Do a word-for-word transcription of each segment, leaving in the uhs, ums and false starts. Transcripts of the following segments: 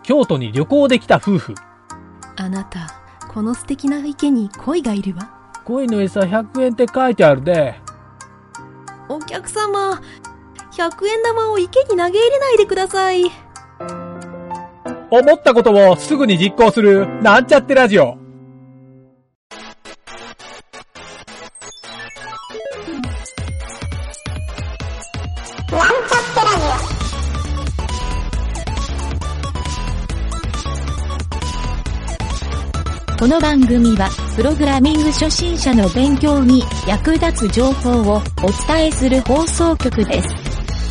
京都に旅行できた夫婦。 あなた、この素敵な池に鯉がいるわ。 鯉の餌ひゃくえんって書いてあるで。 お客様、ひゃくえん玉を池に投げ入れないでください。 思ったことをすぐに実行するなんちゃってラジオ。 この番組はプログラミング初心者の勉強に役立つ情報をお伝えする放送局です。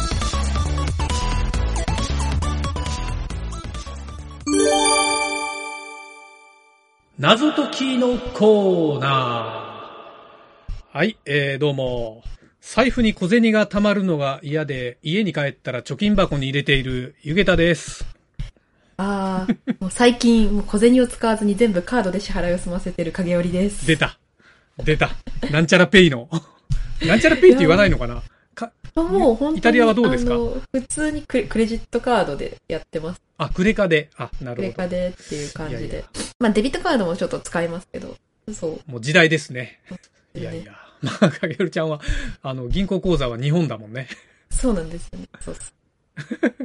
謎解きのコーナー。はい、えー、どうも。財布に小銭が貯まるのが嫌で、家に帰ったら貯金箱に入れているゆげたです。 ああ、もう最近もう小銭を使わずに全部カードで支払いを済ませてる影織です。 出た。出た。なんちゃらペイの。なんちゃらペイって言わないのかなかもう本当にイタリアはどうですか？ あの普通にクレ、クレジットカードでやってます。 あ、クレカで。あ、なるほど。 クレカでっていう感じで。いやいや、まあデビットカードもちょっと使いますけど。そう。 もう時代ですね。 いやいや。まあ、影織ちゃんは、あの、銀行口座は日本だもんね。 そうなんですよね。そうそう。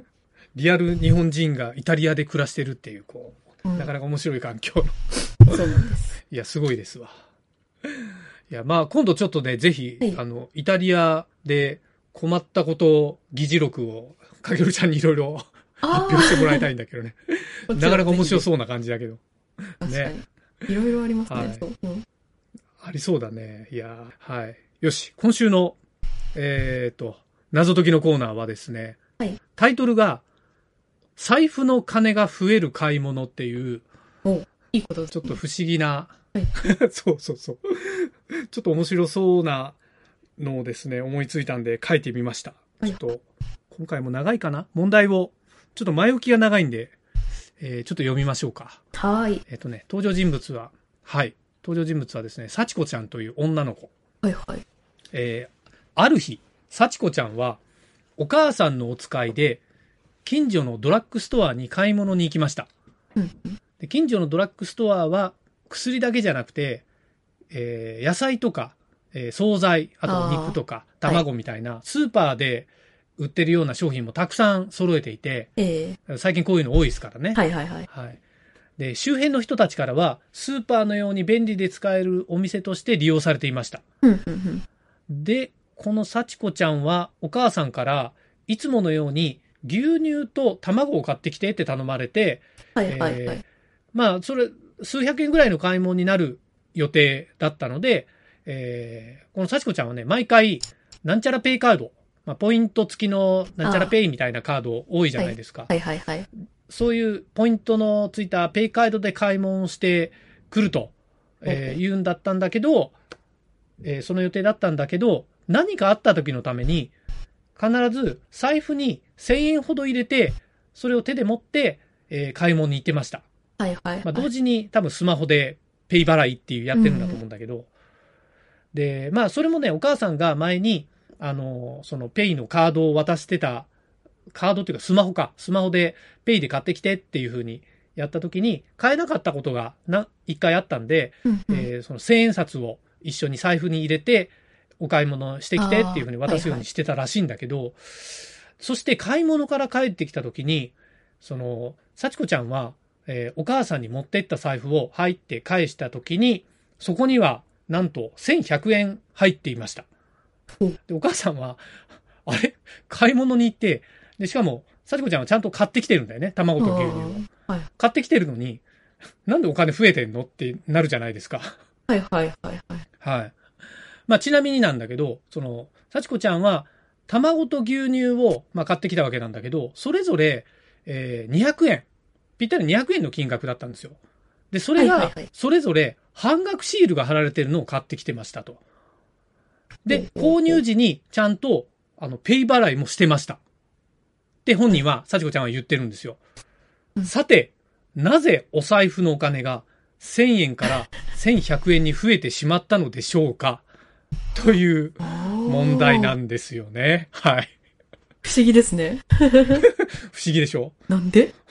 リアル日本人がイタリアで暮らしてるっていう、こう、うん、なかなか面白い環境の。そうなんです。 いや、すごいですわ。いや、まあ、今度ちょっとね、ぜひ、はい、あの、イタリアで困ったこと、議事録を、かげるちゃんにいろいろ発表してもらいたいんだけどね。なかなか面白そうな感じだけど。 ね。いろいろありますね、はい、そう、うん。 ありそうだね。いや、はい。よし、今週の、えっと、謎解きのコーナーはですね、 はい、 タイトルが、財布の金が増える買い物っていう、 お、いいことですね。 ちょっと不思議な、 はい、 そうそうそう。ちょっと面白そうなのをですね、思いついたんで書いてみました。はい、ちょっと、今回も長いかな？問題を、ちょっと前置きが長いんで、えー、ちょっと読みましょうか。 はい。 えっとね、登場人物は、はい。登場人物はですね、幸子ちゃんという女の子。 はいはい。 えー、ある日、幸子ちゃんは、お母さんのお使いで、近所のドラッグストアに買い物に行きました。 うん、 で近所のドラッグストアは薬だけじゃなくて、えー、野菜とか、えー、惣菜、あと肉とか卵みたいな、はい、スーパーで売ってるような商品もたくさん揃えていて、 えー、 最近こういうの多いですからね。 はいはいはい。 はい、で周辺の人たちからはスーパーのように便利で使えるお店として利用されていました。 うんうんうん、 で、この幸子ちゃんはお母さんからいつものように牛乳と卵を買ってきてって頼まれて、 はいはいはい。 えー、まあ、それ、数百円ぐらいの買い物になる予定だったので、えー、この幸子ちゃんはね、毎回、なんちゃらペイカード、まあ、ポイント付きのなんちゃらペイみたいなカード多いじゃないですか。 はいはいはい。 そういうポイントのついたペイカードで買い物をしてくると、えー、言うんだったんだけど、えー、その予定だったんだけど、何かあった時のために、必ず財布にせんえんほど入れて、それを手で持って、えー、買い物に行ってました。 はいはい、はい。 まあ、同時に多分スマホでペイ払いっていうやってるんだと思うんだけど。うん、で、まあそれもね、お母さんが前に、あの、そのペイのカードを渡してた、カードっていうかスマホか。スマホでペイで買ってきてっていう風にやった時に、買えなかったことがな、一回あったんで、 うんうん、 えー、そのせんえん札を一緒に財布に入れて、お買い物してきてっていうふうに渡すようにしてたらしいんだけど、はいはい、そして買い物から帰ってきた時に、その、幸子ちゃんは、えー、お母さんに持ってった財布を入って返した時に、そこにはなんとせんひゃくえん入っていました。で、お母さんは、あれ買い物に行って、で、しかも、幸子ちゃんはちゃんと買ってきてるんだよね。卵と牛乳を。はい、買ってきてるのに、なんでお金増えてんのってなるじゃないですか。 はいはいはいはい。 はい。まあ、ちなみになんだけど、その、幸子ちゃんは、卵と牛乳を、まあ、買ってきたわけなんだけど、それぞれ、えー、にひゃくえん。ぴったりにひゃくえんの金額だったんですよ。で、それが、それぞれ、半額シールが貼られてるのを買ってきてましたと。で、購入時に、ちゃんと、あの、ペイ払いもしてました。って本人は、幸子ちゃんは言ってるんですよ。さて、なぜお財布のお金が、せんえんからせんひゃくえんに増えてしまったのでしょうかという問題なんですよね。はい。 不思議ですね。 不思議でしょ？ なんで？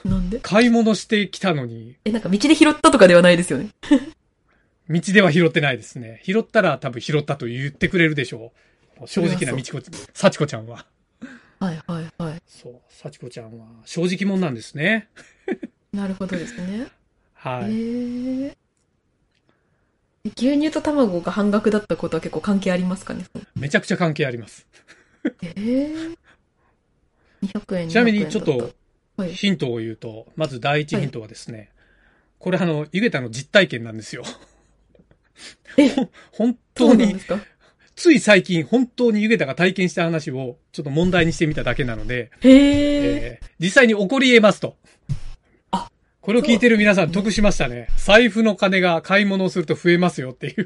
なんで？ 買い物してきたのに。 え、なんか道で拾ったとかではないですよね。 道では拾ってないですね。拾ったら多分拾ったと言ってくれるでしょう。正直なみちこ、幸子ちゃんは。 はいはいはい。 そう、幸子ちゃんは正直者なんですね。 なるほどですね。 はい。 えー、牛乳と卵が半額だったことは結構関係ありますかね？ めちゃくちゃ関係あります。 えー、にひゃくえん。 ちなみにちょっとはい、 ヒントを言うと、まず第一ヒントはですね、はい、これあの、ゆげたの実体験なんですよ。 え本当に、 つい最近本当にゆげたが体験した話をちょっと問題にしてみただけなので、 へえー、実際に起こり得ますと。 あ、 これを聞いてる皆さん得しましたね。財布の金が買い物をすると増えますよっていう。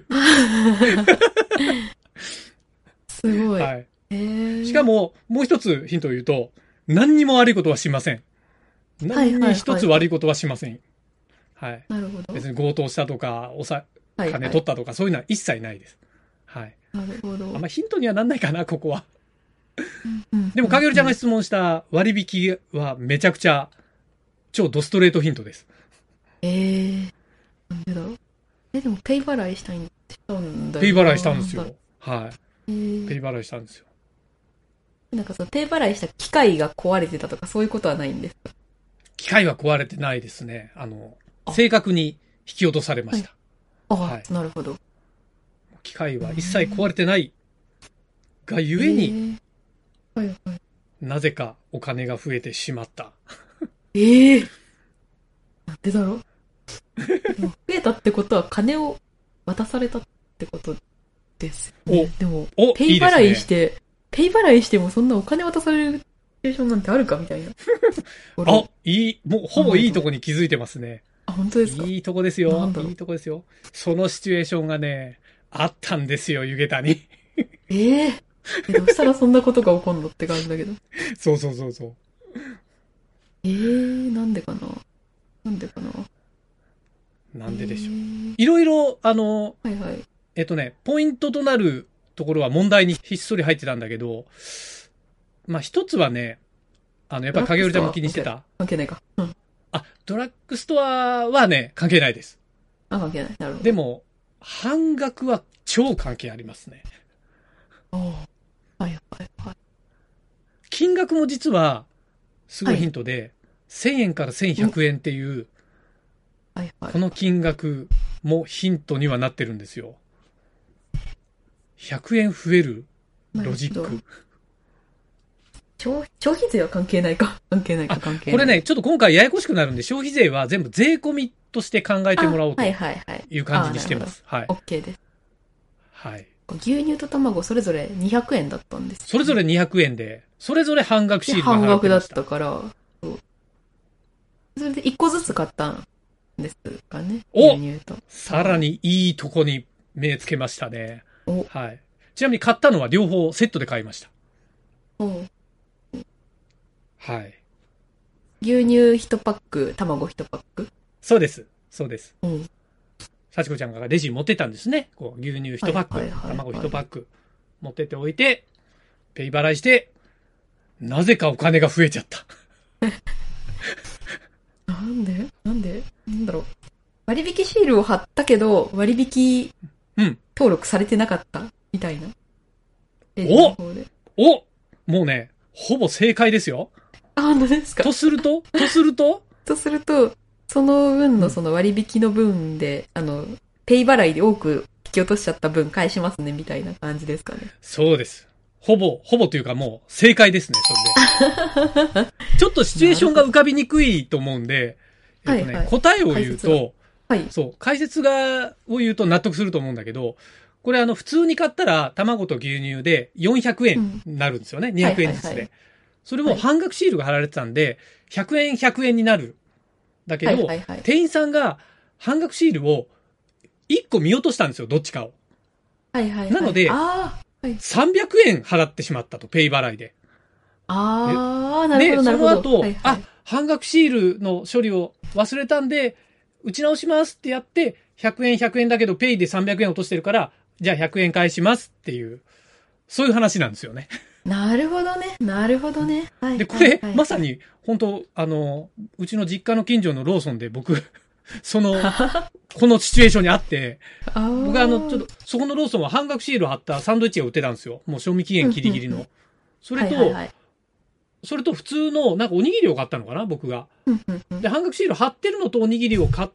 すごい。 はい。 へー、 しかも、もう一つヒントを言うと、何にも悪いことはしません。何に一つ悪いことはしません。はい。はい、 なるほど。 別に強盗したとか、おさ、 はいはい、 金取ったとか、そういうのは一切ないです。はい。 なるほど。 あんまヒントにはなんないかな、ここは。 うんうん、 でも、かげるちゃんが質問した割引はめちゃくちゃ、超ドストレートヒントです。 えー、なんでだろう。え、でも、ペイ払いしたいんしたんだよ。 ペイ払いしたんですよ。はい。 えー、 ペイ払いしたんですよ。 なんかその、ペイ払いした機械が壊れてたとか、そういうことはないんですか？ 機械は壊れてないですね。あの、正確に引き落とされました。 あ、 はい、 なるほど。 機械は一切壊れてないがゆえに、 えー、はいはい、 なぜかお金が増えてしまった。 ええー、なんでだろう。増えたってことは金を渡されたってことですよね。でも、 おペイ払いして、いいね、ペイ払いしてもそんなお金渡されるシチュエーションなんてあるかみたいな。 あ、いい、もうほぼいいとこに気づいてますね。 あ、本当ですか？ いいとこですよ。いいとこですよ。そのシチュエーションがね、あったんですよ、ゆげたに。 ええー、どうしたらそんなことが起こんのって感じだけど。 そうそうそうそう。 ええー、なんでかななんでかななんででしょう。えー、いろいろ、あの、 はいはい。 えっとね、ポイントとなるところは問題にひっそり入ってたんだけど、まあ一つはね、あの、やっぱり影織ちゃんも気にしてた。 関係ないか。うん。 あ、ドラッグストアはね、関係ないです。 あ、関係ない。なるほど。 でも、半額は超関係ありますね。 おはいはいはい。 金額も実は、すごいヒントで、はい、せんえんからせんひゃくえんっていう、 はいはい、 この金額もヒントにはなってるんですよ。ひゃくえん増えるロジック。 消費税は関係ないか関係ないか関係ない。 これね、ちょっと今回ややこしくなるんで、消費税は全部税込みとして考えてもらおうという感じにしてます。はい。 OK です。 はい。 牛乳と卵それぞれにひゃくえんだったんです、ね。 それぞれにひゃくえんで、それぞれ半額シールが貼られてました。 半額だったから、そう。それでいっこずつ買ったんですかね。 お牛乳と。 さらにいいとこに目つけましたね。 おはい。ちなみに買ったのは両方セットで買いました。 おはい。 牛乳いちパック、卵いちパック？ そうです。そうです。 うん。 幸子ちゃんがレジに持ってたんですね。こう牛乳いちパック、はいはいはいはい、卵いちパック持ってっておいて、ペイ払いして、なぜかお金が増えちゃった。 なんでなんでなんだろう。割引シールを貼ったけど、割引登録されてなかったみたいな。 おおもうね、ほぼ正解ですよ。 あ、本当ですか。 とするととするととすると、その分のその割引の分で、うん、あの、ペイ払いで多く引き落としちゃった分返しますね、みたいな感じですかね。 そうです。ほぼ、ほぼというかもう正解ですね、それで。ちょっとシチュエーションが浮かびにくいと思うんで、えっとね、はいはい、答えを言うと、 はい、 そう、解説が、を言うと納得すると思うんだけど、これあの、普通に買ったら卵と牛乳でよんひゃくえんになるんですよね。うん、にひゃくえんずつで。はいはいはい、それを半額シールが貼られてたんで、ひゃくえんひゃくえんになる。だけど、はいはいはい、店員さんが半額シールをいっこ見落としたんですよ、どっちかを。 はいはいはい、 なので、 あはい、 さんびゃくえん払ってしまったと、ペイ払いで。 ああ、なるほどなるほど。 で、その後、はいはい、あ、半額シールの処理を忘れたんで、打ち直しますってやって、ひゃくえんひゃくえんだけど、ペイでさんびゃくえん落としてるから、じゃあひゃくえん返しますっていうそういう話なんですよね。 なるほどね。なるほどね。はい。 で、これ、 はいはい、 まさに、本当あの、うちの実家の近所のローソンで僕、その、このシチュエーションにあって、僕はあの、ちょっと、そこのローソンは半額シール貼ったサンドイッチが売ってたんですよ。もう賞味期限ギリギリの。それと、はいはいはい、それと普通の、なんかおにぎりを買ったのかな、僕が。で、半額シール貼ってるのとおにぎりを買って、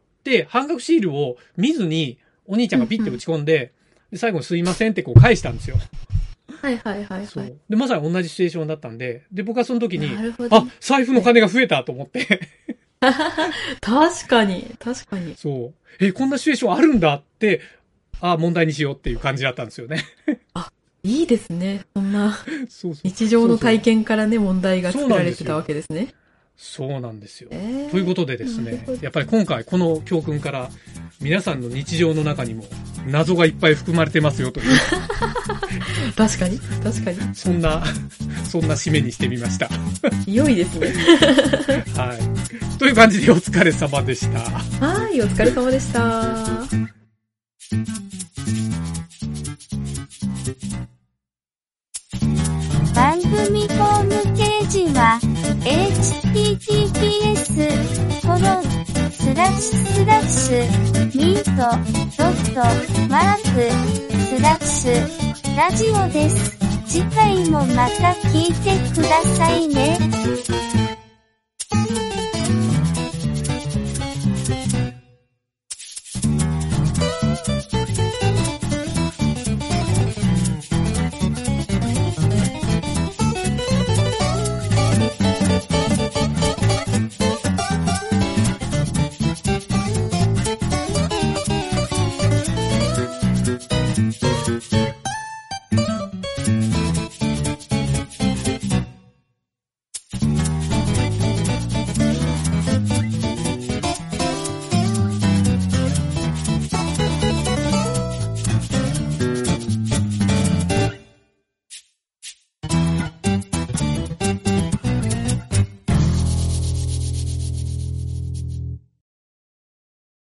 半額シールを見ずに、お兄ちゃんがピッて打ち込んで、で最後にすいませんってこう返したんですよ。 はいはいはい、はい。 そう。で、まさに同じシチュエーションだったんで、で、僕はその時に、あ、財布の金が増えたと思って。 確かに、確かに。 そう。え、こんなシチュエーションあるんだって、あ、問題にしようっていう感じだったんですよね。 あ、いいですね。そんな、日常の体験からね、問題が作られてたわけですね。 そうなんですよ。 えー、 ということでですね、やっぱり今回この教訓から皆さんの日常の中にも謎がいっぱい含まれてますよという。 確かに、確かに。 そんな、そんな締めにしてみました。 良いですね。 はい。という感じでお疲れ様でした。 はい、お疲れ様でした。 番組ホームページは エイチティーティーピーエス コロンスラッシュスラッシュミートドットマークスラッシュラジオです。次回もまた聞いてくださいね。